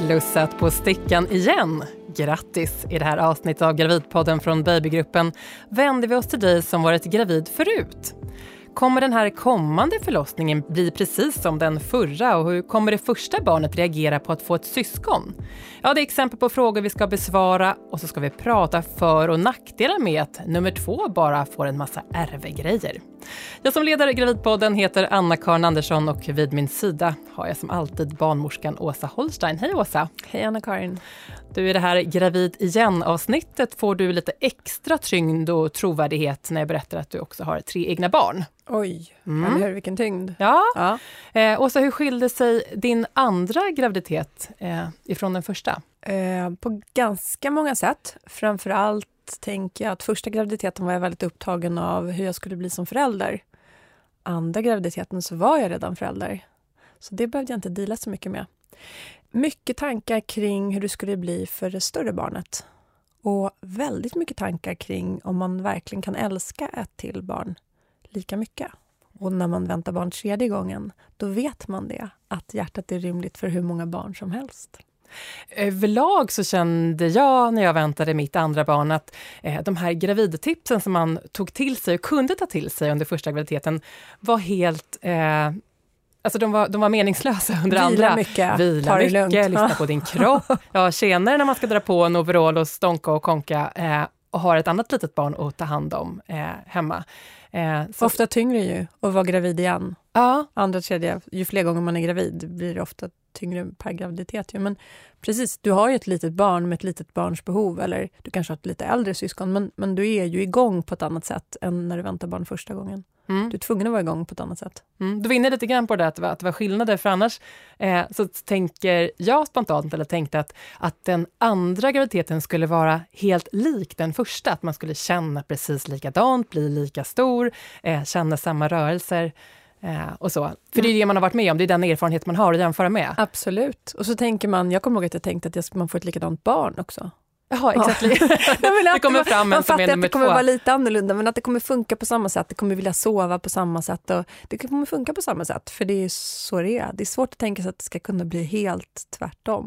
Plussat på stickan igen. Grattis! I det här avsnittet av Gravidpodden från Babygruppen vänder vi oss till dig som varit gravid förut. Kommer den här kommande förlossningen bli precis som den förra och hur kommer det första barnet reagera på att få ett syskon? Ja, det är exempel på frågor vi ska besvara och så ska vi prata för- och nackdelar med att nummer 2 bara får en massa ärvegrejer. Jag som leder Gravidpodden heter Anna-Karin Andersson och vid min sida har jag som alltid barnmorskan Åsa Holstein. Hej Åsa! Hej Anna-Karin! Du, i det här Gravid igen-avsnittet får du lite extra tyngd och trovärdighet när jag berättar att du också har 3 egna barn. Oj, eller hur, vilken tyngd. Ja. Åsa, hur skilde sig din andra graviditet ifrån den första? På ganska många sätt. Framförallt tänker jag att första graviditeten var jag väldigt upptagen av hur jag skulle bli som förälder. Andra graviditeten så var jag redan förälder. Så det behövde jag inte dela så mycket med. Mycket tankar kring hur det skulle bli för det större barnet. Och väldigt mycket tankar kring om man verkligen kan älska ett till barn lika mycket. Och när man väntar barn 3:e gången, då vet man det. Att hjärtat är rymligt för hur många barn som helst. Överlag så kände jag när jag väntade mitt andra barn att de här gravidtipsen som man tog till sig och kunde ta till sig under första graviditeten var helt... Alltså de var meningslösa under andra. Vila mycket, lyssna på din kropp. Ja, tjänare när man ska dra på en overall och stånka och konka och har ett annat litet barn att ta hand om hemma. Ofta tyngre ju att vara gravid igen. Ja. Andra, tredje, ju fler gånger man är gravid blir det ofta tyngre per graviditet. Ju. Men precis, du har ju ett litet barn med ett litet barns behov eller du kanske har ett lite äldre syskon men du är ju igång på ett annat sätt än när du väntar barn första gången. Du är tvungen att vara igång på ett annat sätt. Du var inne lite grann på det att det var skillnader för annars så tänker jag spontant eller tänkte att den andra graviditeten skulle vara helt lik den första. Att man skulle känna precis likadant, bli lika stor, känna samma rörelser och så. För det är det man har varit med om, det är den erfarenhet man har att jämföra med. Absolut. Och så tänker man, jag kommer ihåg att jag tänkte att man får ett likadant barn också. Ja, exakt. Det kommer fram en som är nummer 2. Det kommer vara lite annorlunda, men att det kommer funka på samma sätt. Det kommer vilja sova på samma sätt och det kommer funka på samma sätt. För det är så det är. Det är svårt att tänka sig att det ska kunna bli helt tvärtom.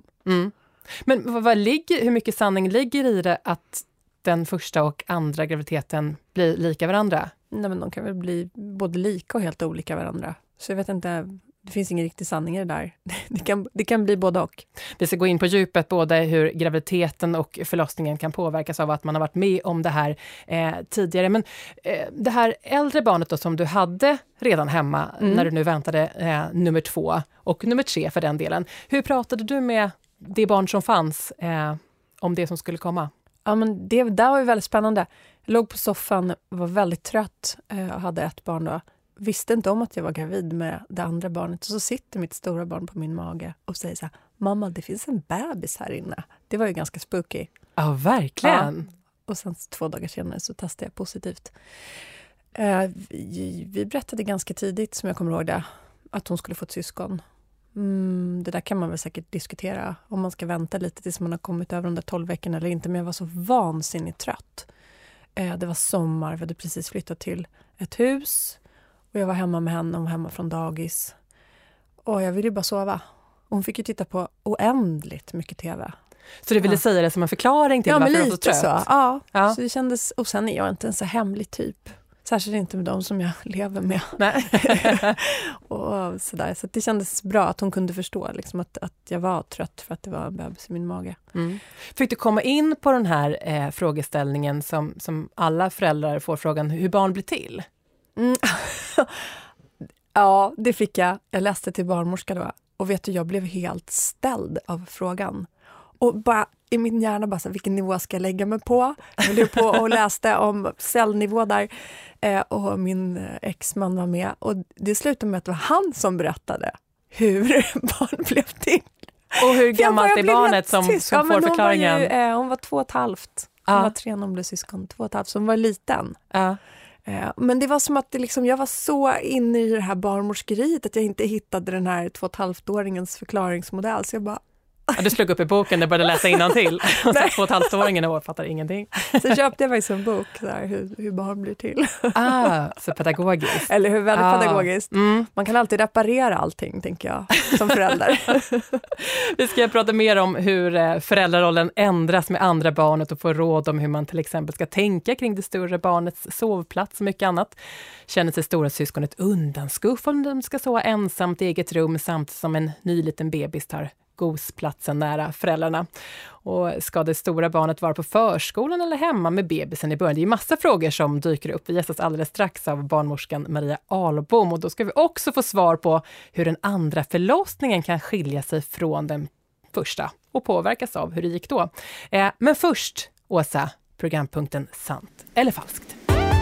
Men hur mycket sanning ligger i det att den första och andra graviditeten blir lika varandra? Nej, men de kan väl bli både lika och helt olika varandra. Så jag vet inte... Det finns ingen riktig sanning i det där. Det kan bli både och. Vi ska gå in på djupet både hur graviditeten och förlossningen kan påverkas av att man har varit med om det här tidigare. Men det här äldre barnet då, som du hade redan hemma när du nu väntade nummer 2 och nummer 3 för den delen. Hur pratade du med det barn som fanns om det som skulle komma? Ja, men det där var ju väldigt spännande. Jag låg på soffan, var väldigt trött och hade ett barn då. Visste inte om att jag var gravid med det andra barnet. Och så sitter mitt stora barn på min mage och säger så här: mamma, det finns en bebis här inne. Det var ju ganska spooky. Ja, verkligen. Ja. Och sen 2 dagar senare så testade jag positivt. Vi berättade ganska tidigt, som jag kommer ihåg det, att hon skulle få ett syskon. Det där kan man väl säkert diskutera om man ska vänta lite tills man har kommit över de där 12 veckorna eller inte. Men jag var så vansinnigt trött. Det var sommar, vi hade precis flyttat till ett hus. Och jag var hemma med henne och hemma från dagis. Och jag ville ju bara sova. Och hon fick ju titta på oändligt mycket tv. Så du ville säga det som en förklaring till varför du var så trött? Så. Ja, så det kändes... Och sen är jag inte en så hemlig typ. Särskilt inte med dem som jag lever med. Nej. Och sådär. Så det kändes bra att hon kunde förstå liksom, att jag var trött för att det var en bebis i min mage. Fick du komma in på den här frågeställningen som alla föräldrar får frågan hur barn blir till? Ja, det fick jag. Jag läste till barnmorska då. Och vet du, jag blev helt ställd av frågan. Och bara i min hjärna bara så, vilken nivå ska jag lägga mig på? Jag blev på och läste om cellnivå där. Och min exman var med. Och det slutade med att det var han som berättade hur barn blev till. Och hur gammalt är barnet som får förklaringen? Hon var 2,5. Hon var 3 när hon blev syskon. 2,5, så hon var liten. Men det var som att jag var så inne i det här barnmorskeriet att jag inte hittade den här 2,5-åringens förklaringsmodell. Så jag bara, Ja, du slog upp i boken och började läsa innantill. Och så 2,5-åringen och fattar ingenting. Så köpte jag faktiskt en bok där, hur barn blir till. Så pedagogiskt. Eller hur väldigt pedagogiskt. Man kan alltid reparera allting, tänker jag, som förälder. Vi ska prata mer om hur föräldrarollen ändras med andra barnet och få råd om hur man till exempel ska tänka kring det större barnets sovplats och mycket annat. Känner sig stora syskonet undanskuff om de ska sova ensamt i eget rum samtidigt som en ny liten bebis tar gosplatsen nära föräldrarna. Och ska det stora barnet vara på förskolan eller hemma med bebisen i början? Det är massa frågor som dyker upp. Vi gästas alldeles strax av barnmorskan Maria Ahlbom och då ska vi också få svar på hur den andra förlossningen kan skilja sig från den första och påverkas av hur det gick då. Men först, Åsa, programpunkten Sant eller falskt.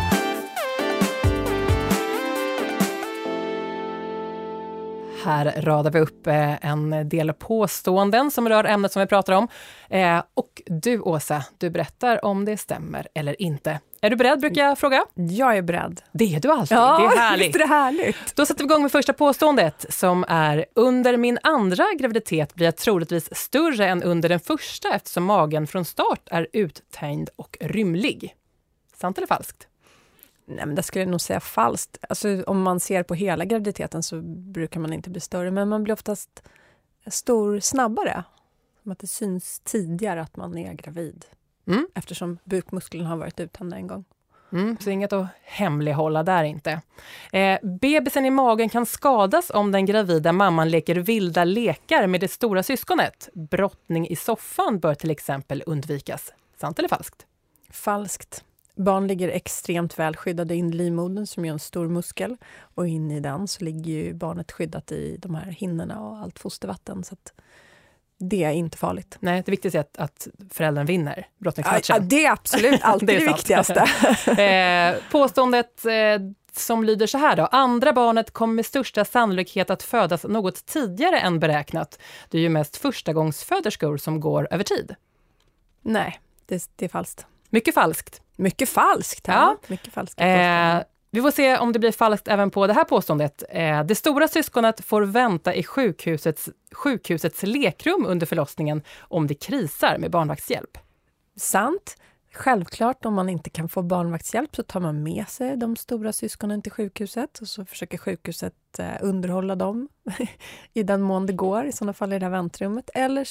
Här radar vi upp en del påståenden som rör ämnet som vi pratar om. Och du, Åsa, du berättar om det stämmer eller inte. Är du beredd, brukar jag fråga? Jag är beredd. Det är du alltid, ja, det är härligt. Visst är det härligt. Då sätter vi igång med första påståendet som är: under min andra graviditet blir jag troligtvis större än under den första eftersom magen från start är uttänjd och rymlig. Sant eller falskt? Nej, men det skulle jag nog säga falskt. Alltså, om man ser på hela graviditeten så brukar man inte bli större, men man blir oftast stor snabbare. Som att det syns tidigare att man är gravid. Eftersom bukmuskeln har varit uttända en gång. Så inget att hemlighålla där inte. Bebisen i magen kan skadas om den gravida mamman leker vilda lekar med det stora syskonet. Brottning i soffan bör till exempel undvikas. Sant eller falskt? Falskt. Barn ligger extremt väl skyddade in i livmodern som är en stor muskel. Och in i den så ligger ju barnet skyddat i de här hinnorna och allt fostervatten. Så att det är inte farligt. Nej, det viktigaste är att föräldern vinner brottningsmatchen. Ja, det är absolut alltid det viktigaste. Påståendet som lyder så här då: andra barnet kommer med största sannolikhet att födas något tidigare än beräknat. Det är ju mest förstagångsföderskor som går över tid. Nej, det är falskt. Mycket falskt. Mycket falskt, ja. Mycket falskt. Vi får se om det blir falskt även på det här påståendet. Det stora syskonet får vänta i sjukhusets lekrum under förlossningen om det krisar med barnvaktshjälp. Sant. Självklart, om man inte kan få barnvaktshjälp så tar man med sig de stora syskonen till sjukhuset och så försöker sjukhuset underhålla dem i den mån det går, i sådana fall i det här väntrummet. Eller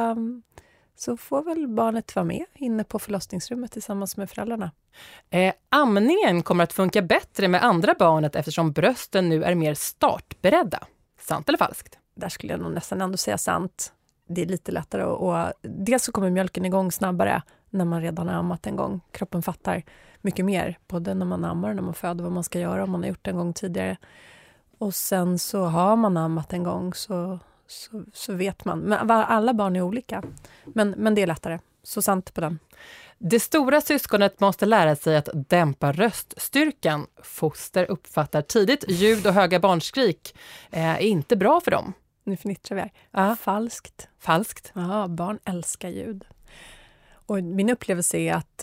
så får väl barnet vara med inne på förlossningsrummet tillsammans med föräldrarna. Amningen kommer att funka bättre med andra barnet eftersom brösten nu är mer startberedda. Sant eller falskt? Där skulle jag nog nästan ändå säga sant. Det är lite lättare och dels så kommer mjölken igång snabbare när man redan har ammat en gång. Kroppen fattar mycket mer, både när man ammar och när man föder, vad man ska göra om man har gjort det en gång tidigare. Och sen så har man ammat en gång så vet man. Men alla barn är olika. Men det är lättare. Så sant på den. Det stora syskonet måste lära sig att dämpa röststyrkan. Foster uppfattar tidigt ljud och höga barnskrik är inte bra för dem. Nu fnittrar vi här. Ja. Falskt. Falskt. Ja, barn älskar ljud. Och min upplevelse är att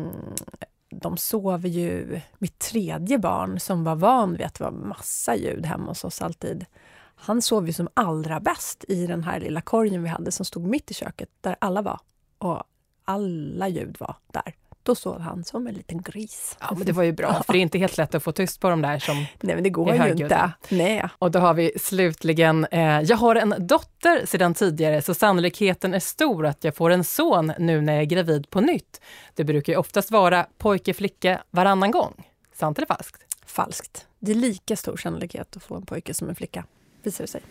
de sover ju. Mitt tredje barn som var van vid att det var massa ljud hemma hos oss alltid. Han sov ju som allra bäst i den här lilla korgen vi hade som stod mitt i köket där alla var. Och alla ljud var där. Då sov han som en liten gris. Ja, men det var ju bra, för det är inte helt lätt att få tyst på de där som nej, men det går ju inte. Nej. Och då har vi slutligen, jag har en dotter sedan tidigare så sannolikheten är stor att jag får en son nu när jag är gravid på nytt. Det brukar ju oftast vara pojke, flicka varannan gång. Sant eller falskt? Falskt. Det är lika stor sannolikhet att få en pojke som en flicka, visar det sig.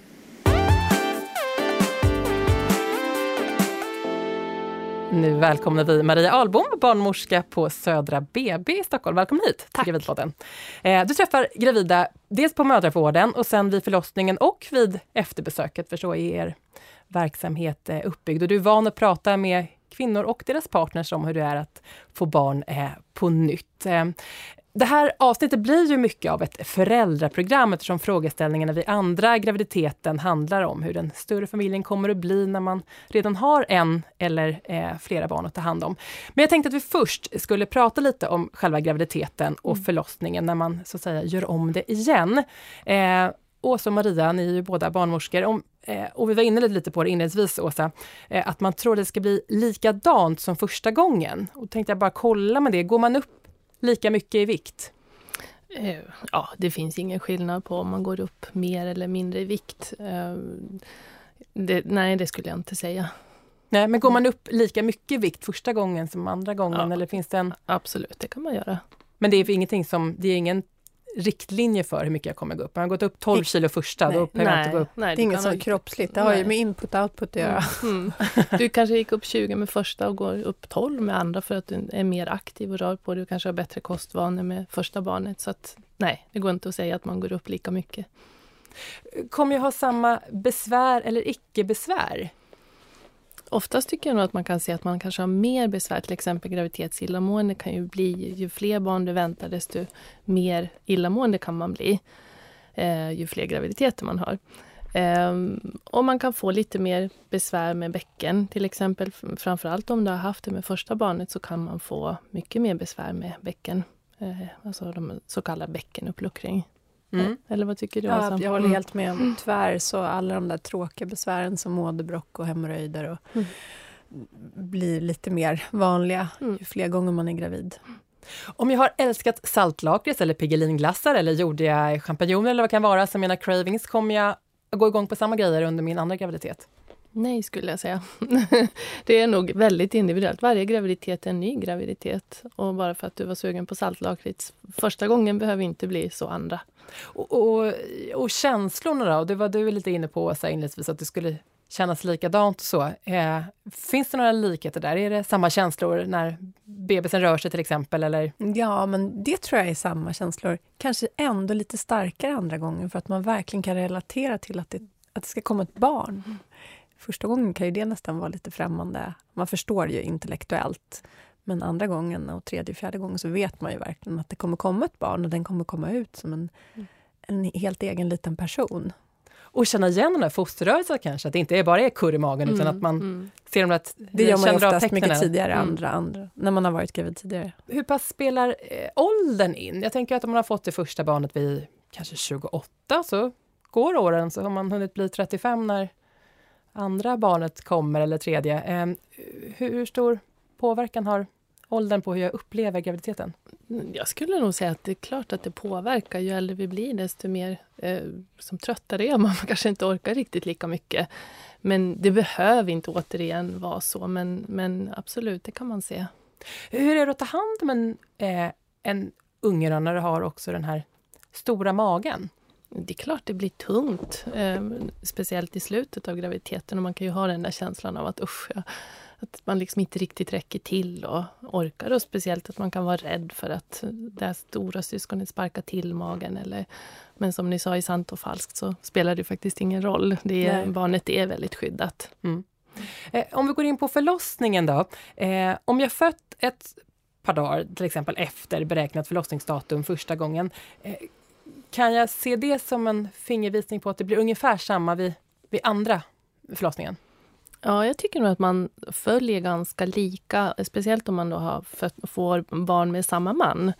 Nu välkomnar vi Maria Ahlbom, barnmorska på Södra BB i Stockholm. Välkommen hit till Gravidpodden. Du träffar gravida dels på mödravården och sen vid förlossningen och vid efterbesöket, för så är er verksamhet uppbyggd. Och du är van att prata med kvinnor och deras partners om hur det är att få barn på nytt. Det här avsnittet blir ju mycket av ett föräldraprogram eftersom frågeställningarna vid andra graviditeten handlar om hur den större familjen kommer att bli när man redan har en eller flera barn att ta hand om. Men jag tänkte att vi först skulle prata lite om själva graviditeten och förlossningen när man så att säga gör om det igen. Åsa och Maria, ni är ju båda barnmorskor. och vi var inne lite på det inledningsvis, Åsa, att man tror det ska bli likadant som första gången. Och tänkte jag bara kolla med det. Går man upp lika mycket i vikt? Ja, det finns ingen skillnad på om man går upp mer eller mindre i vikt. Nej, det skulle jag inte säga. Nej, men går man upp lika mycket i vikt första gången som andra gången? Ja, eller finns det en... Absolut, det kan man göra. Men det är ingenting det är ingen riktlinje för hur mycket jag kommer gå upp. Man har gått upp 12 kilo första, då behöver jag inte gå upp. Nej, det är inget så kroppsligt. Det har ju med input och output att göra. Du kanske gick upp 20 med första och går upp 12 med andra för att du är mer aktiv och rör på dig. Du kanske har bättre kostvanor med första barnet. Så att, nej, det går inte att säga att man går upp lika mycket. Kommer jag ha samma besvär eller icke-besvär? Oftast tycker jag nog att man kan se att man kanske har mer besvär. Till exempel graviditetsillamående kan ju bli, ju fler barn du väntar desto mer illamående kan man bli. Ju fler graviditeter man har. Och man kan få lite mer besvär med bäcken. Till exempel framförallt om du har haft det med första barnet så kan man få mycket mer besvär med bäcken. Alltså de så kallade bäckenuppluckring. Eller vad tycker du? Ja, jag håller helt med. Tyvärr så alla de där tråkiga besvären som åderbråck och hemorrojder och blir lite mer vanliga ju fler gånger man är gravid. Om jag har älskat saltlakrits eller pigelinglassar eller gjorde jag champinjoner eller vad kan vara som mina cravings, kommer jag gå igång på samma grejer under min andra graviditet? Nej, skulle jag säga. Det är nog väldigt individuellt. Varje graviditet är en ny graviditet. Och bara för att du var sugen på saltlakrits första gången behöver inte bli så andra. Och känslorna då? Det var du lite inne på så inledningsvis att det skulle kännas likadant och så. Finns det några likheter där? Är det samma känslor när bebisen rör sig till exempel? Eller? Ja, men det tror jag är samma känslor. Kanske ändå lite starkare andra gången för att man verkligen kan relatera till att det ska komma ett barn. Första gången kan ju det nästan vara lite främmande. Man förstår ju intellektuellt. Men andra gången och tredje, fjärde gången så vet man ju verkligen att det kommer komma ett barn. Och den kommer komma ut som en helt egen liten person. Och känna igen den här fosterrörelsen kanske. Att det inte bara är kurr i magen utan att man ser dem att det gör man ju oftast mycket tidigare andra. När man har varit gravid tidigare. Hur pass spelar åldern in? Jag tänker att om man har fått det första barnet vid kanske 28 så går åren så har man hunnit bli 35 när andra barnet kommer eller tredje. Hur stor påverkan har åldern på hur jag upplever graviditeten? Jag skulle nog säga att det är klart att det påverkar. Ju äldre vi blir desto mer som tröttare är man. Kanske inte orkar riktigt lika mycket. Men det behöver inte återigen vara så. Men absolut, det kan man se. Hur är det att ta hand om en unge när du har också den här stora magen? Det är klart det blir tungt. Speciellt i slutet av graviditeten. Och man kan ju ha den där känslan av att att man liksom inte riktigt räcker till och orkar. Och speciellt att man kan vara rädd för att det här stora syskonet sparkar till magen. Men som ni sa i sant och falskt så spelar det faktiskt ingen roll. Barnet är väldigt skyddat. Om vi går in på förlossningen då. Om jag fött ett par dagar till exempel efter beräknat förlossningsdatum första gången. Kan jag se det som en fingervisning på att det blir ungefär samma vid andra förlossningen? Ja, jag tycker nog att man följer ganska lika, speciellt om man då får barn med samma man.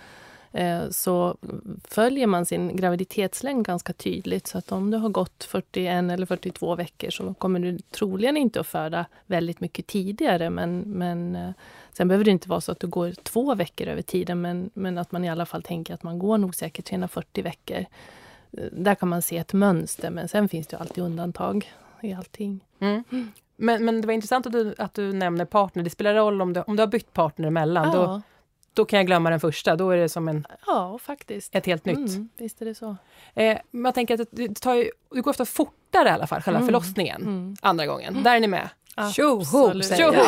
Så följer man sin graviditetslängd ganska tydligt. Så att om du har gått 41 eller 42 veckor så kommer du troligen inte att föda väldigt mycket tidigare. Men sen behöver det inte vara så att du går 2 veckor över tiden. Men att man i alla fall tänker att man går nog säkert 340 veckor. Där kan man se ett mönster, men sen finns det ju alltid undantag i allting. Men det var intressant att du nämner partner. Det spelar roll om du har bytt partner emellan. Ja. Då kan jag glömma den första. Då är det som faktiskt. Ett helt nytt. Visst är det så. Men jag tänker att det går ofta fortare i alla fall, själva förlossningen. Andra gången. Där är ni med. Tjoho, säger jag.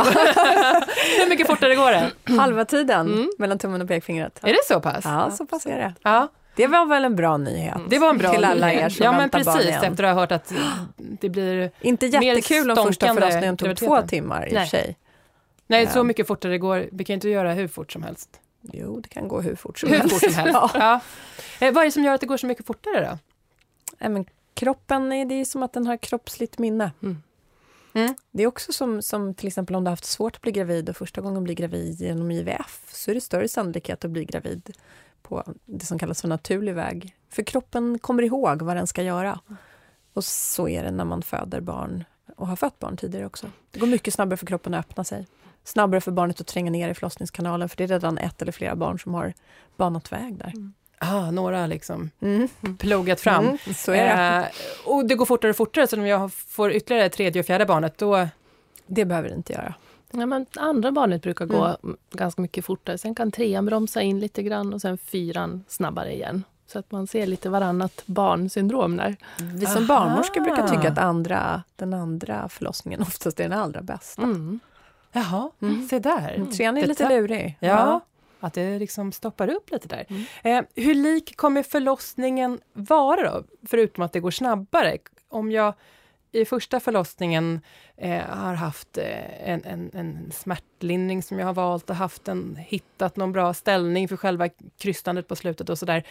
Hur mycket fortare går det? Halva tiden mellan tummen och pekfingret. Är det så pass? Ja, så pass är det. Ja. Det var väl en bra nyhet. Det var en bra till alla nyhet. Er som väntar barn igen. Efter att ha hört att det blir inte jättekul om första förlossningen tog 2 timmar i och för sig. Nej, så mycket fortare det går. Vi kan inte göra hur fort som helst. Jo, det kan gå hur fort som helst. Ja. Vad är det som gör att det går så mycket fortare då? Men kroppen, det är som att den har kroppsligt minne. Det är också som till exempel om du har haft svårt att bli gravid och första gången blir gravid genom IVF så är det större sannolikhet att bli gravid på det som kallas för naturlig väg. För kroppen kommer ihåg vad den ska göra. Och så är det när man föder barn och har fött barn tidigare också. Det går mycket snabbare för kroppen att öppna sig. Snabbare för barnet att tränga ner i förlossningskanalen, för det är redan ett eller flera barn som har banat väg där. Några liksom plogat fram. Så är det. Och det går fortare och fortare, så om jag får ytterligare 3:e och 4:e barnet, då... Det behöver det inte göra. Ja, men andra barnet brukar gå ganska mycket fortare. Sen kan 3:an bromsa in lite grann och sen 4:an snabbare igen. Så att man ser lite varannat barnsyndrom där. Vi som barnmorskor brukar tycka att den andra förlossningen oftast är den allra bästa. Jaha, se där. 3:an är lite lurig. Ja, att det liksom stoppar upp lite där. Hur lik kommer förlossningen vara då? Förutom att det går snabbare. Om jag i första förlossningen har haft en smärtlindring som jag har valt och hittat någon bra ställning för själva krystandet på slutet och sådär.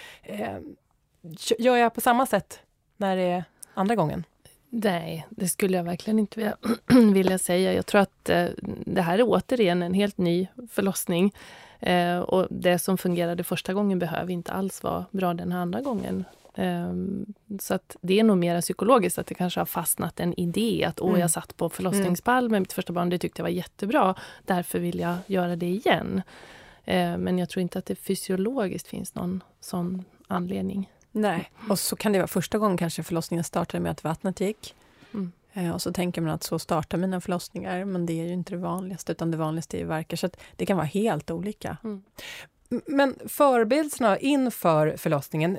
Gör jag på samma sätt när det är andra gången? Nej, det skulle jag verkligen inte vilja säga. Jag tror att det här är återigen en helt ny förlossning. Och det som fungerade första gången behöver inte alls vara bra den här andra gången. Så att det är nog mer psykologiskt att det kanske har fastnat en idé att jag satt på förlossningspall med mitt första barn, det tyckte jag var jättebra, därför vill jag göra det igen. Men jag tror inte att det fysiologiskt finns någon sån anledning. Nej, och så kan det vara första gången kanske förlossningen startade med att vattnet gick. Och så tänker man att så startar mina förlossningar, men det är ju inte det vanligaste, utan det vanligaste är värkar, så att det kan vara helt olika. Men förberedelserna inför förlossningen,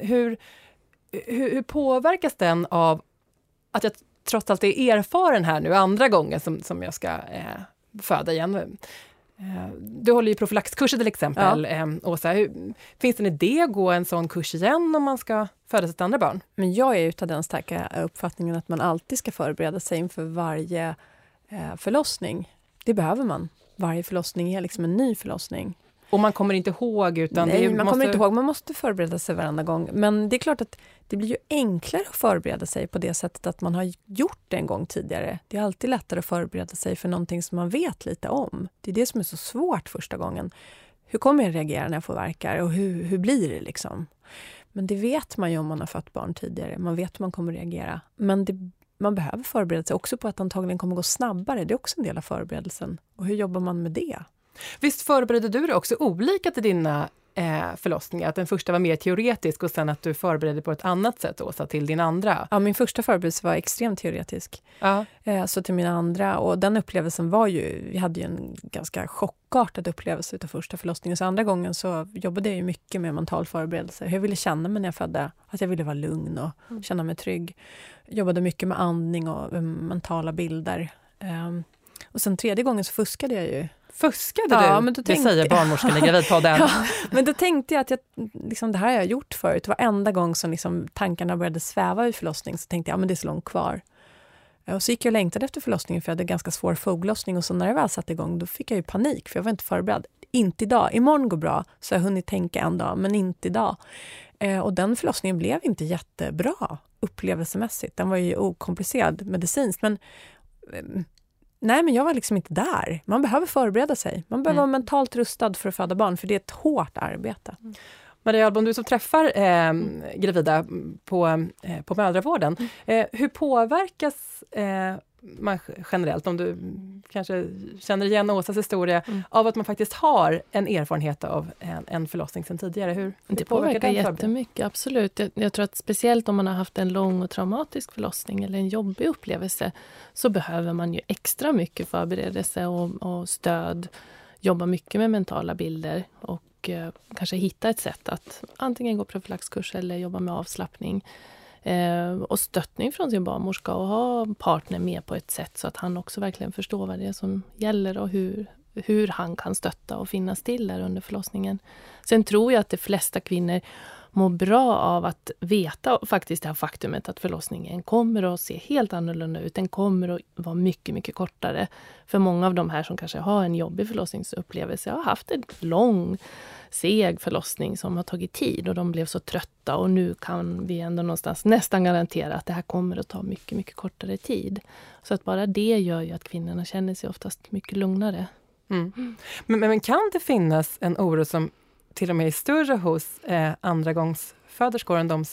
hur påverkas den av att jag trots allt är erfaren här nu andra gången som jag ska föda igen? Du håller ju profylaxkurser till exempel, Åsa. Finns det en idé att gå en sån kurs igen om man ska föda sitt andra barn? Men jag är utav den starka uppfattningen att man alltid ska förbereda sig inför varje förlossning. Det behöver man. Varje förlossning är liksom en ny förlossning. Och man kommer inte ihåg, utan kommer inte ihåg. Man måste förbereda sig varenda gång. Men det är klart att det blir ju enklare att förbereda sig på det sättet att man har gjort det en gång tidigare. Det är alltid lättare att förbereda sig för någonting som man vet lite om. Det är det som är så svårt första gången. Hur kommer jag reagera när jag får värkar och hur blir det liksom? Men det vet man ju om man har fått barn tidigare. Man vet hur man kommer reagera. Men man behöver förbereda sig också på att antagligen kommer gå snabbare. Det är också en del av förberedelsen. Och hur jobbar man med det? Visst förberedde du det också olika till dina förlossningar? Att den första var mer teoretisk och sen att du förberedde på ett annat sätt, Åsa, till din andra? Ja, min första förberedelse var extremt teoretisk. Så till min andra, och den upplevelsen var ju, vi hade ju en ganska chockartad upplevelse utav första förlossningen. Så andra gången så jobbade jag ju mycket med mental förberedelse. Hur jag ville känna mig när jag födde, att jag ville vara lugn och känna mig trygg. Jobbade mycket med andning och mentala bilder. Och sen tredje gången så fuskade jag ju. Fuskade du? Ja, men det säger barnmorskan i gravidpodden. Men då tänkte jag att det här har jag gjort förut. Varenda gång som liksom tankarna började sväva i förlossning så tänkte jag, men det är så långt kvar. Och så gick jag och längtade efter förlossningen, för jag hade ganska svår foglossning. Och så när jag väl satte igång, då fick jag ju panik, för jag var inte förberedd. Inte idag. Imorgon går bra, så jag hunnit tänka en dag, men inte idag. Och den förlossningen blev inte jättebra upplevelsemässigt. Den var ju okomplicerad medicinskt, men... Nej, men jag var liksom inte där. Man behöver förbereda sig. Man behöver vara mentalt rustad för att föda barn, för det är ett hårt arbete. Maria Albom, du som träffar gravida på mödravården. Hur påverkas man generellt, om du kanske känner igen Åsas historia, av att man faktiskt har en erfarenhet av en förlossning sedan tidigare? Hur det påverkar jättemycket, absolut. Jag tror att speciellt om man har haft en lång och traumatisk förlossning eller en jobbig upplevelse, så behöver man ju extra mycket förberedelse och stöd, jobba mycket med mentala bilder och kanske hitta ett sätt att antingen gå profylaxkurs eller jobba med avslappning. Och stöttning från sin barnmorska och ha partner med på ett sätt så att han också verkligen förstår vad det är som gäller och hur han kan stötta och finnas till där under förlossningen. Sen tror jag att de flesta kvinnor mår bra av att veta faktiskt det här faktumet att förlossningen kommer att se helt annorlunda ut. Den kommer att vara mycket, mycket kortare. För många av de här som kanske har en jobbig förlossningsupplevelse har haft en lång, seg förlossning som har tagit tid och de blev så trötta, och nu kan vi ändå någonstans nästan garantera att det här kommer att ta mycket, mycket kortare tid. Så att bara det gör ju att kvinnorna känner sig oftast mycket lugnare. Men kan det finnas en oro som till och med är större hos andragångsföderskor än de som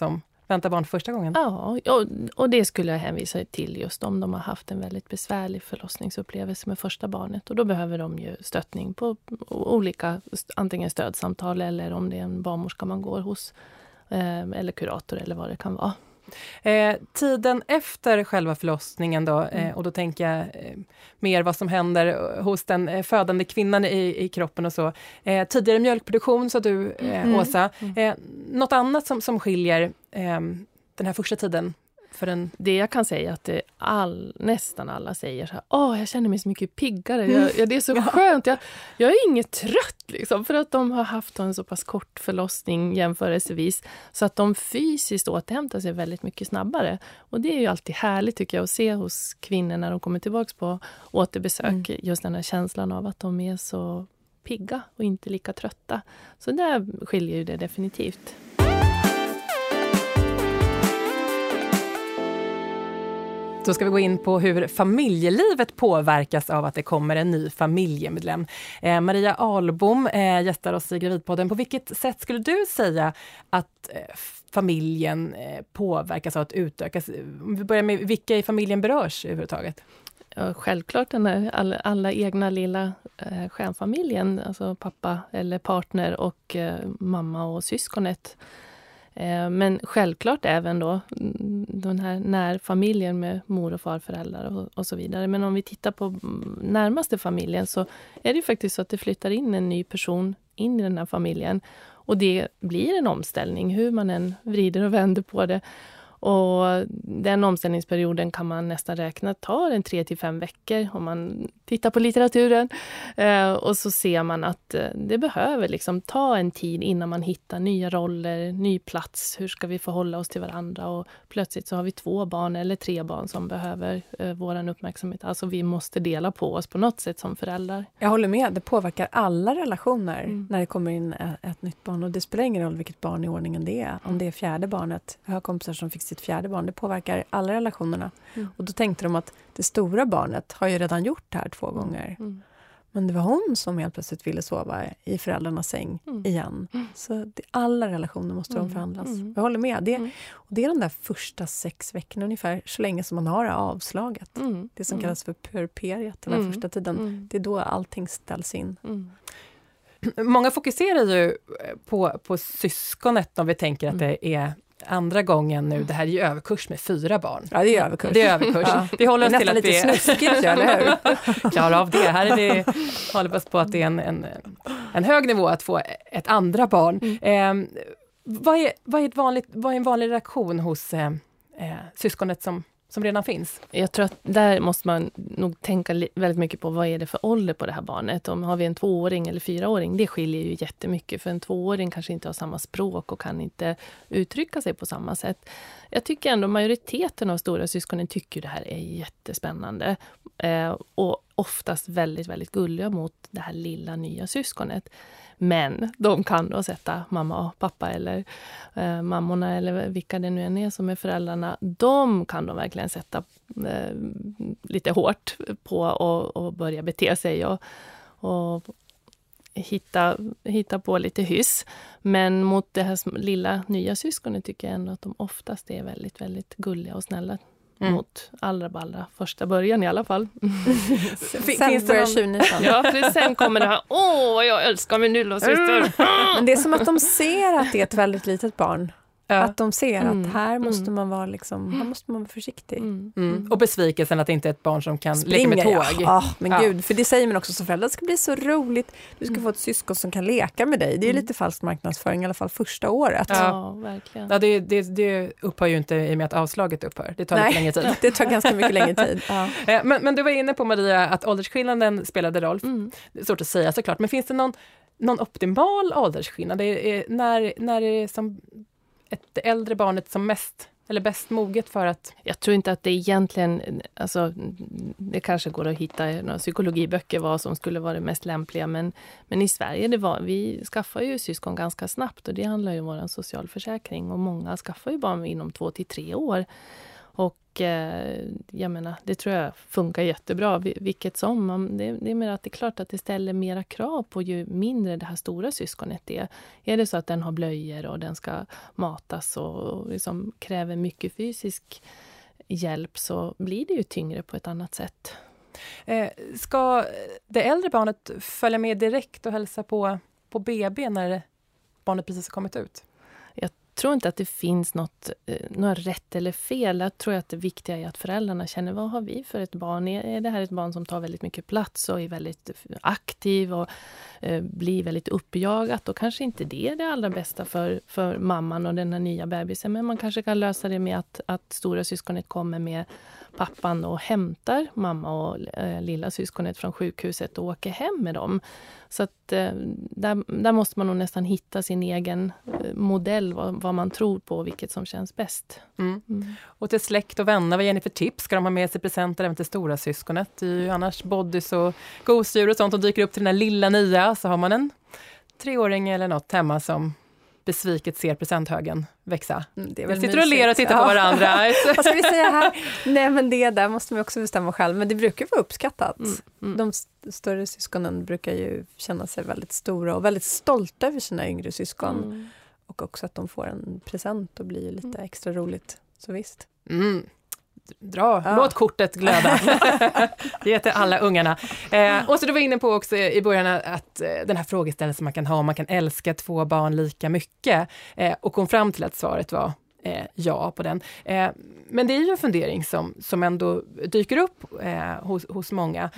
vänta barn för första gången? Ja, och det skulle jag hänvisa till just om de har haft en väldigt besvärlig förlossningsupplevelse med första barnet. Och då behöver de ju stöttning på olika, antingen stödsamtal eller om det är en barnmorska man går hos, eller kurator eller vad det kan vara. Tiden efter själva förlossningen då, och då tänker jag mer vad som händer hos den födande kvinnan i kroppen och så. Tidigare mjölkproduktion, sa du, Åsa. Något annat som skiljer den här första tiden? Det jag kan säga är att nästan alla säger så här, jag känner mig så mycket piggare, det är så skönt, jag är inget trött liksom, för att de har haft en så pass kort förlossning jämförelsevis, så att de fysiskt återhämtar sig väldigt mycket snabbare. Och det är ju alltid härligt tycker jag att se hos kvinnor när de kommer tillbaka på återbesök, just den här känslan av att de är så pigga och inte lika trötta. Så där skiljer ju det definitivt. Då ska vi gå in på hur familjelivet påverkas av att det kommer en ny familjemedlem. Maria Ahlbom gästar oss i Gravidpodden. På vilket sätt skulle du säga att familjen påverkas av att utökas? Om vi börjar med vilka i familjen berörs överhuvudtaget? Ja, självklart den här alla egna lilla stjärnfamiljen, alltså pappa eller partner och mamma och syskonet. Men självklart även då den här närfamiljen med mor- och farföräldrar och så vidare. Men om vi tittar på närmaste familjen så är det ju faktiskt så att det flyttar in en ny person in i den här familjen. Och det blir en omställning hur man än vrider och vänder på det. Och den omställningsperioden kan man nästan räkna tar 3 till 5 veckor om man tittar på litteraturen. Och så ser man att det behöver liksom ta en tid innan man hittar nya roller, ny plats. Hur ska vi förhålla oss till varandra? Och plötsligt så har vi 2 barn eller 3 barn som behöver våran uppmärksamhet. Alltså vi måste dela på oss på något sätt som föräldrar. Jag håller med, det påverkar alla relationer när det kommer in ett nytt barn. Och det spelar ingen roll vilket barn i ordningen det är. Om det är 4:e barnet, jag har kompisar som fick sitt 4:e barn, det påverkar alla relationerna. Och då tänkte de att det stora barnet har ju redan gjort det här 2 gånger. Men det var hon som helt plötsligt ville sova i föräldrarnas säng igen. Så alla relationer måste omförhandlas. Jag håller med. Det är de där första 6 veckorna ungefär, så länge som man har avslaget. Det som kallas för puerperiet, den här första tiden. Det är då allting ställs in. Många fokuserar ju på syskonet om vi tänker att det är andra gången nu. Det här är ju överkurs med 4 barn. Ja, det är överkurs. Det är överkurs. Ja. Vi håller oss till att lite snuskigt, eller hur? Klara av det. Här är vi håller oss på att det är en hög nivå att få ett andra barn. Vad är en vanlig reaktion hos syskonet som redan finns? Jag tror att där måste man nog tänka väldigt mycket på vad är det för ålder på det här barnet. Om har vi en 2-åring eller 4-åring, det skiljer ju jättemycket. För en 2-åring kanske inte har samma språk och kan inte uttrycka sig på samma sätt. Jag tycker ändå majoriteten av stora syskonen tycker det här är jättespännande. Och oftast väldigt, väldigt gulliga mot det här lilla nya syskonet. Men de kan då sätta mamma och pappa eller mammorna eller vilka det nu än är som är föräldrarna. De kan de verkligen sätta lite hårt på och börja bete sig och hitta på lite hyss. Men mot det här lilla nya syskonet tycker jag ändå att de oftast är väldigt, väldigt gulliga och snälla. Mot allra första början i alla fall. Sen börjar tjuvnypan. Ja, sen kommer det här, vad jag älskar min lilla syster. Men det är som att de ser att det är ett väldigt litet barn. Ja. Att de ser att här måste man vara här måste man vara försiktig. Och besvikelsen att det inte är ett barn som kan leka med tåg. Ja, men gud, för det säger man också som förälder. Det ska bli så roligt. Du ska få ett syskon som kan leka med dig. Det är ju lite falsk marknadsföring i alla fall första året. Ja, verkligen. Ja, det upphör ju inte i och med att avslaget upphör. Det tar lite längre tid. Det tar ganska mycket längre tid. Ja. Men du var inne på, Maria, att åldersskillnaden spelade roll. Det är svårt att säga såklart. Men finns det någon optimal åldersskillnad? När är det som ett äldre barnet som mest eller bäst moget för att... Jag tror inte att det egentligen... Alltså, det kanske går att hitta några psykologiböcker vad som skulle vara det mest lämpliga. Men i Sverige, vi skaffar ju syskon ganska snabbt. Och det handlar ju om vår socialförsäkring. Och många skaffar ju barn inom 2 till 3 år. Och jag menar, det tror jag funkar jättebra, vilket som. Det är mer att det är klart att det ställer mera krav på ju mindre det här stora syskonet är. Är det så att den har blöjor och den ska matas och liksom kräver mycket fysisk hjälp, så blir det ju tyngre på ett annat sätt. Ska det äldre barnet följa med direkt och hälsa på BB när barnet precis har kommit ut? Jag tror inte att det finns några rätt eller fel. Jag tror att det viktiga är att föräldrarna känner, vad har vi för ett barn? Är det här ett barn som tar väldigt mycket plats och är väldigt aktiv och blir väldigt uppjagat? Och kanske inte det är det allra bästa för mamman och den här nya bebisen. Men man kanske kan lösa det med att stora syskonet kommer med pappan och hämtar mamma och lilla syskonet från sjukhuset och åker hem med dem. Så att där måste man nog nästan hitta sin egen modell, vad man tror på och vilket som känns bäst. Och till släkt och vänner, vad ger ni för tips? Ska de ha med sig presenter även till stora syskonet? Det är ju annars bodys och gosedjur och sånt som dyker upp till den här lilla nya. Så har man en 3-åring eller något hemma som besviket ser presenthögen växa. Det är väl sitter och ler och tittar på varandra. Vad ska vi säga här? Nej, men det där måste man också bestämma själv. Men det brukar vara uppskattat. De större syskonen brukar ju känna sig väldigt stora och väldigt stolta över sina yngre syskon. Och också att de får en present och blir lite extra roligt. Så visst. Låt kortet glöda. Ge till alla ungarna. Och så då var vi inne på också i början att den här frågeställningen man kan ha, om man kan älska 2 barn lika mycket. Och kom fram till att svaret var ja på den. Men det är ju en fundering som ändå dyker upp hos många.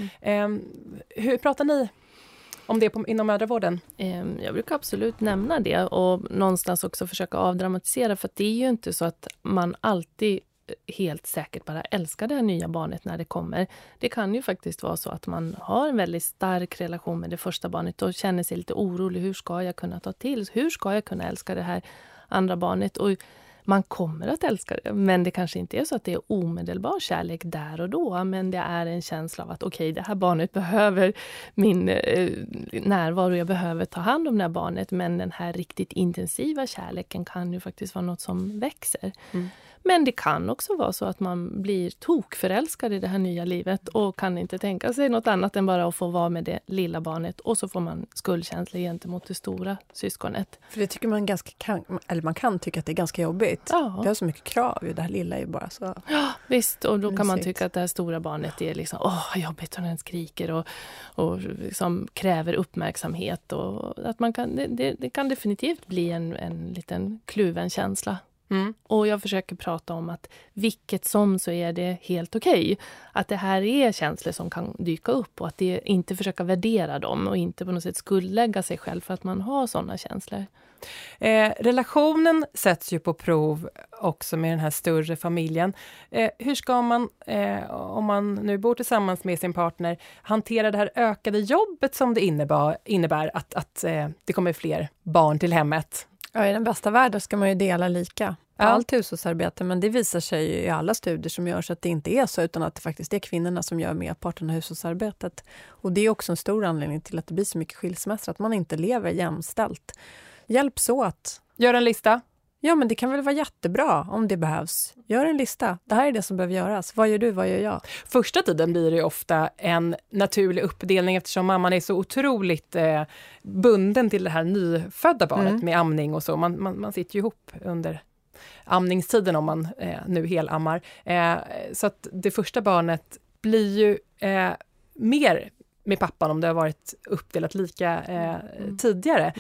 Hur pratar ni om det inom mödravården? Jag brukar absolut nämna det och någonstans också försöka avdramatisera, för att det är ju inte så att man alltid helt säkert bara älskar det här nya barnet när det kommer. Det kan ju faktiskt vara så att man har en väldigt stark relation med det första barnet och känner sig lite orolig. Hur ska jag kunna ta till? Hur ska jag kunna älska det här andra barnet? Och man kommer att älska det, men det kanske inte är så att det är omedelbar kärlek där och då, men det är en känsla av att okej, det här barnet behöver min närvaro, jag behöver ta hand om det här barnet, men den här riktigt intensiva kärleken kan ju faktiskt vara något som växer. Men det kan också vara så att man blir tokförälskad i det här nya livet och kan inte tänka sig något annat än bara att få vara med det lilla barnet, och så får man skuldkänsla gentemot det stora syskonet. För det tycker man man kan tycka att det är ganska jobbigt. Ja. Det har så mycket krav, det här lilla är ju bara så. Ja, visst, och då kan man tycka att det här stora barnet är liksom, vad jobbigt när den skriker och liksom kräver uppmärksamhet, och att man kan, det kan definitivt bli en liten kluven känsla. Och jag försöker prata om att vilket som så är det helt okej. Att det här är känslor som kan dyka upp och att det inte försöka värdera dem och inte på något sätt skuldlägga sig själv för att man har sådana känslor. Relationen sätts ju på prov också med den här större familjen. Hur ska man, om man nu bor tillsammans med sin partner, hantera det här ökade jobbet som det innebär att det kommer fler barn till hemmet? Ja, i den bästa världen ska man ju dela lika på allt hushållsarbete, men det visar sig ju i alla studier som görs att det inte är så, utan att det faktiskt är kvinnorna som gör merparten av hushållsarbetet. Och det är också en stor anledning till att det blir så mycket skilsmässor, att man inte lever jämställt. Hjälps åt. Gör en lista. Ja, men det kan väl vara jättebra om det behövs. Gör en lista. Det här är det som behöver göras. Vad gör du? Vad gör jag? Första tiden blir det ofta en naturlig uppdelning eftersom mamman är så otroligt bunden till det här nyfödda barnet med amning och så. Man sitter ju ihop under amningstiden om man nu helammar. Så att det första barnet blir ju mer med pappan om det har varit uppdelat lika tidigare.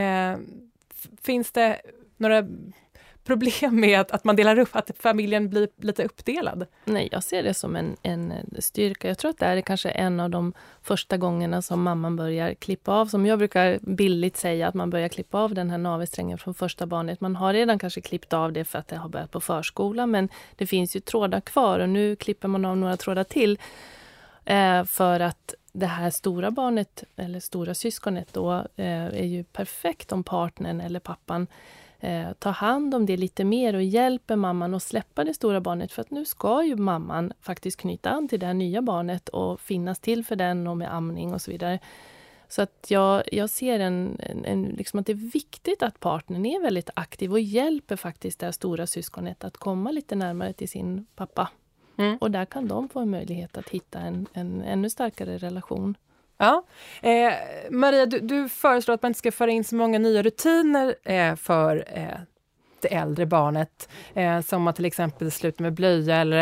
Finns det några problem med att man delar upp, att familjen blir lite uppdelad? Nej, jag ser det som en styrka. Jag tror att det är kanske en av de första gångerna som mamman börjar klippa av, som jag brukar billigt säga, att man börjar klippa av den här navelsträngen från första barnet. Man har redan kanske klippt av det för att det har börjat på förskola, men det finns ju trådar kvar och nu klipper man av några trådar till för att det här stora barnet eller stora syskonet då är ju perfekt om partnern eller pappan tar hand om det lite mer och hjälper mamman att släppa det stora barnet, för att nu ska ju mamman faktiskt knyta an till det här nya barnet och finnas till för den och med amning och så vidare. Så att jag ser liksom att det är viktigt att partnern är väldigt aktiv och hjälper faktiskt det här stora syskonet att komma lite närmare till sin pappa. Och där kan de få en möjlighet att hitta en ännu starkare relation. Ja. Maria, du föreslår att man inte ska föra in så många nya rutiner för det äldre barnet. Som att till exempel sluta med blöja eller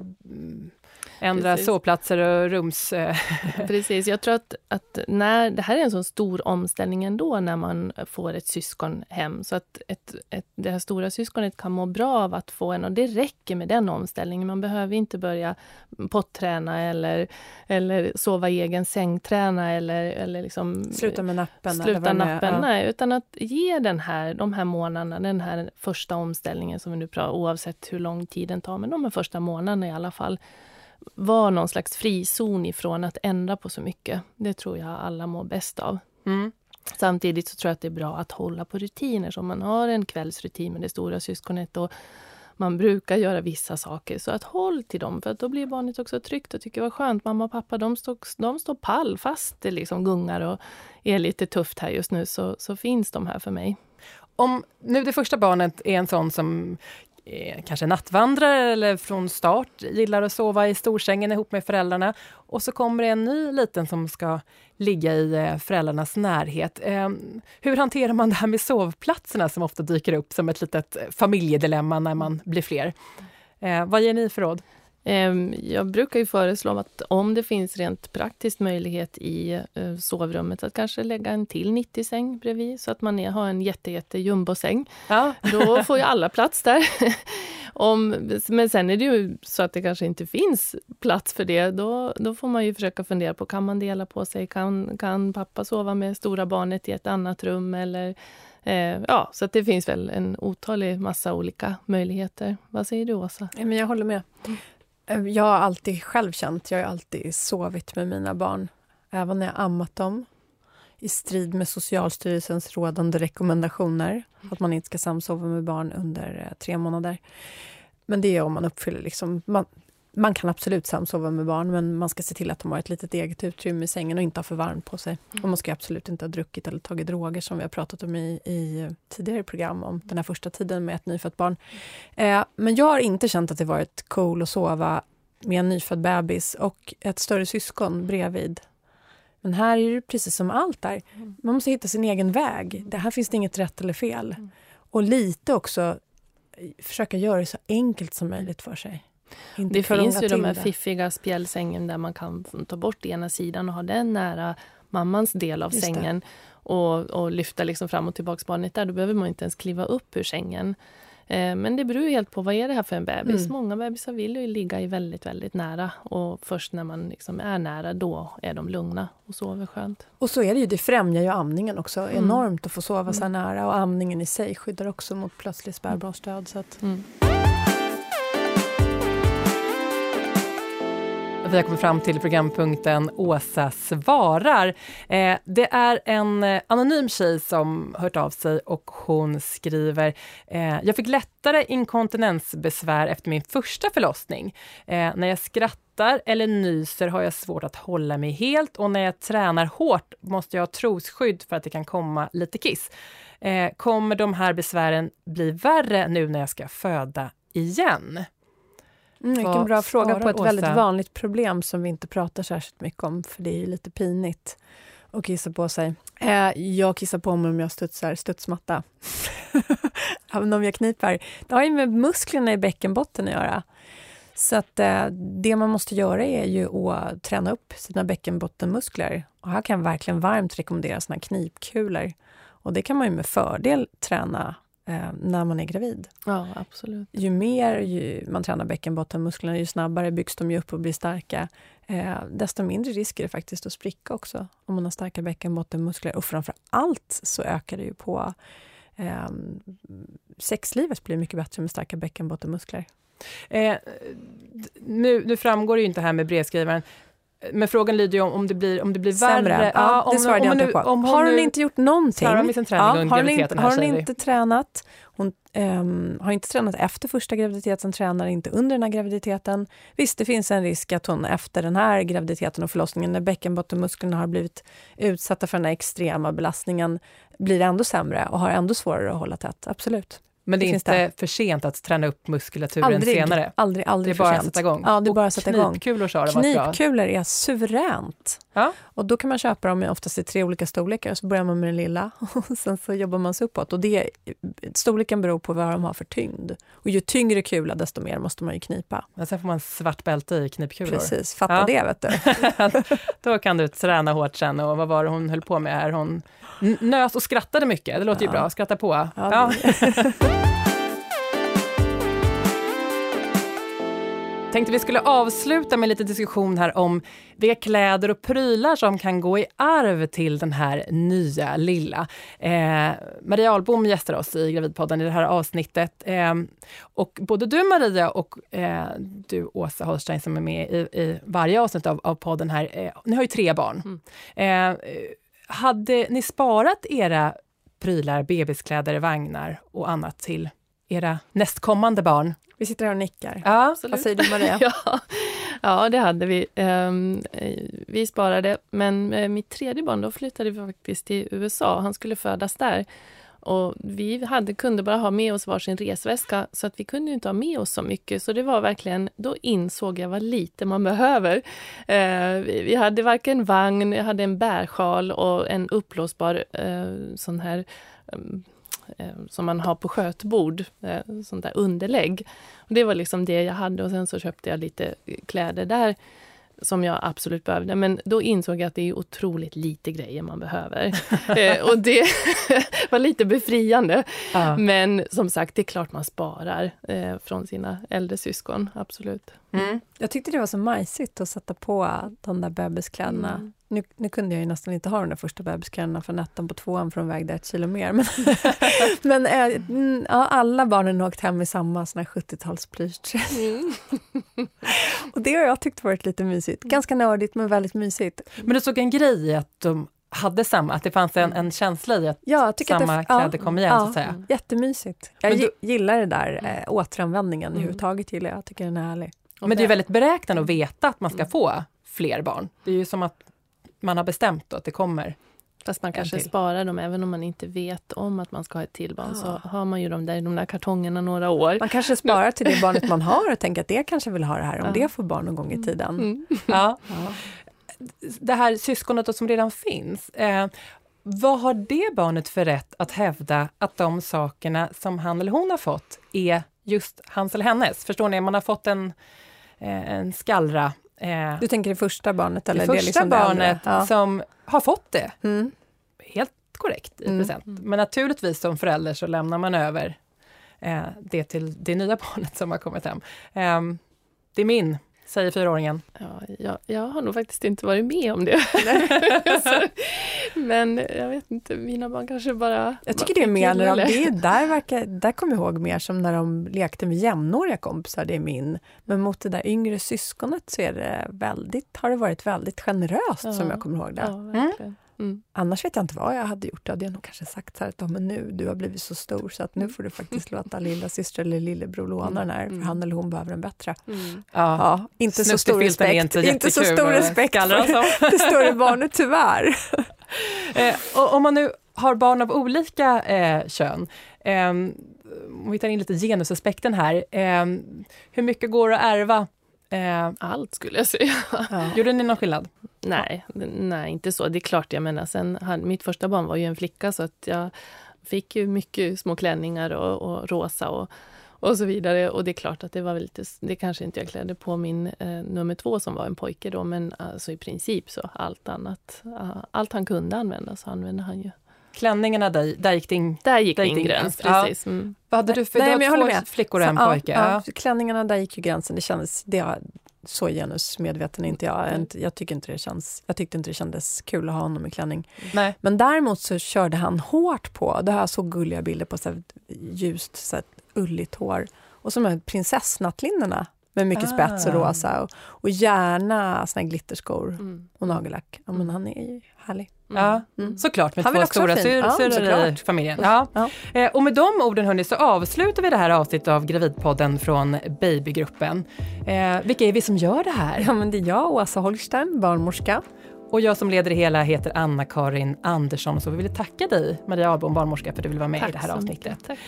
ändra sovplatser och rums... Precis, jag tror att när det här är en sån stor omställning ändå när man får ett syskon hem. Så att det här stora syskonet kan må bra av att få en, och det räcker med den omställningen. Man behöver inte börja potträna eller sova i egen sängträna eller liksom... Sluta med nappen. Nej, utan att ge de här månaderna, den här första omställningen som vi nu pratar, oavsett hur lång tid den tar, men de här första månaderna i alla fall, var någon slags frizon ifrån att ändra på så mycket. Det tror jag alla mår bäst av. Samtidigt så tror jag att det är bra att hålla på rutiner. Så om man har en kvällsrutin med det stora syskonet och man brukar göra vissa saker, så att håll till dem, för att då blir barnet också tryggt och tycker vad skönt. Mamma och pappa, de står pall fast det liksom gungar och är lite tufft här just nu, så finns de här för mig. Om nu det första barnet är en sån som kanske nattvandrare eller från start gillar att sova i storsängen ihop med föräldrarna, och så kommer det en ny liten som ska ligga i föräldrarnas närhet. Hur hanterar man det här med sovplatserna som ofta dyker upp som ett litet familjedilemma när man blir fler? Vad ger ni för råd? Jag brukar ju föreslå att om det finns rent praktiskt möjlighet i sovrummet att kanske lägga en till 90-säng bredvid, så att man har en jätte jumbosäng. Ja. Då får ju alla plats där. Men sen är det ju så att det kanske inte finns plats för det. Då får man ju försöka fundera på, kan man dela på sig? Kan pappa sova med stora barnet i ett annat rum? Eller, så att det finns väl en otalig massa olika möjligheter. Vad säger du, Åsa? Men jag håller med. Jag har alltid själv känt, jag har alltid sovit med mina barn. Även när jag ammat dem. I strid med Socialstyrelsens rådande rekommendationer. Att man inte ska samsova med barn under 3 månader. Men det är om man uppfyller liksom... Man kan absolut samsova med barn, men man ska se till att de har ett litet eget utrymme i sängen och inte ha för varmt på sig. Och man ska absolut inte ha druckit eller tagit droger som vi har pratat om i tidigare program om den här första tiden med ett nyfött barn. Men jag har inte känt att det varit cool att sova med en nyfödd bebis och ett större syskon bredvid. Men här är det precis som allt där. Man måste hitta sin egen väg. Det här finns det inget rätt eller fel. Och lite också försöka göra det så enkelt som möjligt för sig. Det finns ju de här fiffiga spjälsängen där man kan ta bort ena sidan och ha den nära mammans del av sängen och lyfta liksom fram och tillbaka barnet där. Då behöver man inte ens kliva upp ur sängen. Men det beror ju helt på vad är det här för en bebis. Många bebisar vill ju ligga i väldigt, väldigt nära. Och först när man liksom är nära, då är de lugna och sover skönt. Och så är det ju, det främjar ju amningen också enormt att få sova så här nära. Och amningen i sig skyddar också mot plötslig spädbarnsdöd. Så att... Vi har kommit fram till programpunkten Åsa svarar. Det är en anonym tjej som hört av sig och hon skriver: jag fick lättare inkontinensbesvär efter min första förlossning. När jag skrattar eller nyser har jag svårt att hålla mig helt, och när jag tränar hårt måste jag ha trosskydd för att det kan komma lite kiss. Kommer de här besvären bli värre nu när jag ska föda igen? Vilken bra fråga på ett väldigt vanligt problem som vi inte pratar särskilt mycket om, för det är ju lite pinigt att kissa på sig. Jag kissar på mig om jag studsmatta. Även om jag kniper. Det har ju med musklerna i bäckenbotten att göra. Så att det man måste göra är ju att träna upp sina bäckenbottenmuskler. Och här kan jag verkligen varmt rekommendera såna knipkulor. Och det kan man ju med fördel träna när man är gravid. Ja, absolut. Ju mer man tränar bäckenbottenmusklerna, ju snabbare byggs de ju upp och blir starka. Desto mindre risk är det faktiskt att spricka också om man har starka bäckenbottenmuskler. Och framför allt så ökar det ju på sexlivet blir mycket bättre med starka bäckenbottenmuskler. Nu framgår det ju inte här med brevskrivaren. Men frågan lyder ju om det blir sämre. Värre. Ja, det svarade jag inte på. Har hon inte gjort någonting? Har hon inte tränat? Hon har inte tränat efter första graviditeten, tränar inte under den här graviditeten. Visst, det finns en risk att hon efter den här graviditeten och förlossningen, när bäckenbottenmusklerna har blivit utsatta för den här extrema belastningen, blir ändå sämre och har ändå svårare att hålla tätt. Absolut. Men det är inte för sent att träna upp muskulaturen senare? Aldrig det är för bara sent. att sätta igång? Ja, det är bara att sätta igång. Knipkulor sa det var bra. Knipkulor är suveränt. Ja. Och då kan man köpa dem oftast i 3 olika storlekar. Så börjar man med den lilla och sen så jobbar man sig uppåt. Och storleken beror på vad de har för tyngd. Och ju tyngre kula desto mer måste man ju knipa. Men sen får man svart bälte i knipkulor. Precis, fatta det vet du. Då kan du träna hårt sen. Och vad var det hon höll på med här? Hon nös och skrattade mycket. Det låter ju bra, skratta på. Ja. Tänkte vi skulle avsluta med lite diskussion här om vilka kläder och prylar som kan gå i arv till den här nya lilla. Maria Ahlbom gästar oss i Gravidpodden i det här avsnittet. Och både du Maria och du Åsa Holstein som är med i varje avsnitt av podden här, ni har ju 3 barn. Hade ni sparat era prylar, bebiskläder, vagnar och annat till era nästkommande barn? Vi sitter här och nickar. Ja, vad säger du Maria? Ja, det hade vi. Vi sparade, men mitt 3:e barn då flyttade vi faktiskt till USA. Han skulle födas där. Och vi kunde bara ha med oss varsin resväska så att vi kunde inte ha med oss så mycket. Så det var verkligen, då insåg jag vad lite man behöver. Vi hade varken vagn, jag hade en bärsjal och en uppblåsbar sån här som man har på skötbord, sånt där underlägg. Och det var liksom det jag hade och sen så köpte jag lite kläder där som jag absolut behövde. Men då insåg jag att det är otroligt lite grejer man behöver. Och det var lite befriande. Men som sagt, det är klart man sparar från sina äldre syskon, absolut. Jag tyckte det var så majsigt att sätta på de där bebiskläderna. Nu kunde jag ju nästan inte ha de där första bebiskläderna för natten på 2:an för de vägde 1 kilo mer. Men alla barnen har åkt hem i samma såna 70-talsplysch. Och det har jag tyckt varit lite mysigt. Ganska nördigt men väldigt mysigt. Men du såg en grej att de hade samma, att det fanns en känsla i att samma kläder kom igen så att säga. Jättemysigt. Jag gillar det där återanvändningen överhuvudtaget gillar jag. Tycker den är härlig. Men det är väldigt beräknande att veta att man ska få fler barn. Det är ju som att man har bestämt då att det kommer. Fast man kanske sparar dem även om man inte vet om att man ska ha ett till barn. Så har man ju de där kartongerna några år. Man kanske sparar till det barnet man har och tänker att det kanske vill ha det här. Om det får barn någon gång i tiden. Ja. Det här syskonet som redan finns. Vad har det barnet för rätt att hävda att de sakerna som han eller hon har fått är just hans eller hennes? Förstår ni? Man har fått en skallra. Du tänker det första barnet? Eller det första liksom barnet som har fått det. Helt korrekt i present. Men naturligtvis som förälder så lämnar man över det till det nya barnet som har kommit hem. Det är min, säger 4-åringen. Ja, jag har nog faktiskt inte varit med om det. Men jag vet inte, mina barn kanske bara... Jag tycker det är mer när där kommer jag ihåg mer som när de lekte med jämnåriga kompisar, det är min. Men mot det där yngre syskonet så har det varit väldigt generöst som jag kommer ihåg det. Ja, verkligen. Annars vet jag inte vad jag hade gjort. Jag hade nog kanske sagt så här att men nu, du har blivit så stor så att nu får du faktiskt låta lilla syster eller lillebror låna den här för han eller hon behöver den bättre. Ja, inte så stor respekt. Inte så stor respekt för det större barnet tyvärr. Och om man nu har barn av olika kön, om vi tar in lite genusaspekten här, hur mycket går att ärva? Allt skulle jag säga. Gjorde ni någon skillnad? Nej, inte så. Det är klart, jag menar, mitt första barn var ju en flicka så att jag fick ju mycket små klänningar och rosa och så vidare. Och det är klart att det var lite, det kanske inte jag klädde på min nummer 2 som var en pojke då, men alltså i princip så allt annat, allt han kunde använda så använde han ju. Klänningarna, där gick din gräns, precis. Vad hade du för 2 flickor och en pojke? Ja, klänningarna, där gick ju gränsen. Det kändes, så genusmedveten inte jag. Jag tyckte inte det kändes kul att ha honom i klänning. Nej. Men däremot så körde han hårt på. Det här så gulliga bilder på så här ljust, så här ulligt hår. Och så med prinsessnattlinnorna med mycket spets och rosa. Och gärna såna här glitterskor och nagellack. Ja, men han är ju härlig. Ja, såklart med 2 stora syrror i familjen. Ja. Och med de orden hörni, så avslutar vi det här avsnittet av Gravidpodden från Babygruppen. Vilka är vi som gör det här? Ja, men det är jag, Åsa Holstein, barnmorska. Och jag som leder det hela heter Anna-Karin Andersson, så vi vill tacka dig, Maria Ahlbom, barnmorska, för att du vill vara med i det här avsnittet. Tack.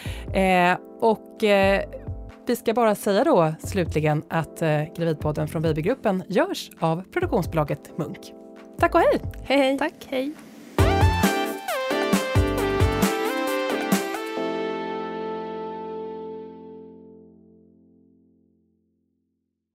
Vi ska bara säga då slutligen att Gravidpodden från Babygruppen görs av produktionsbolaget Munk. Tack och hej! Hej! Tack, hej!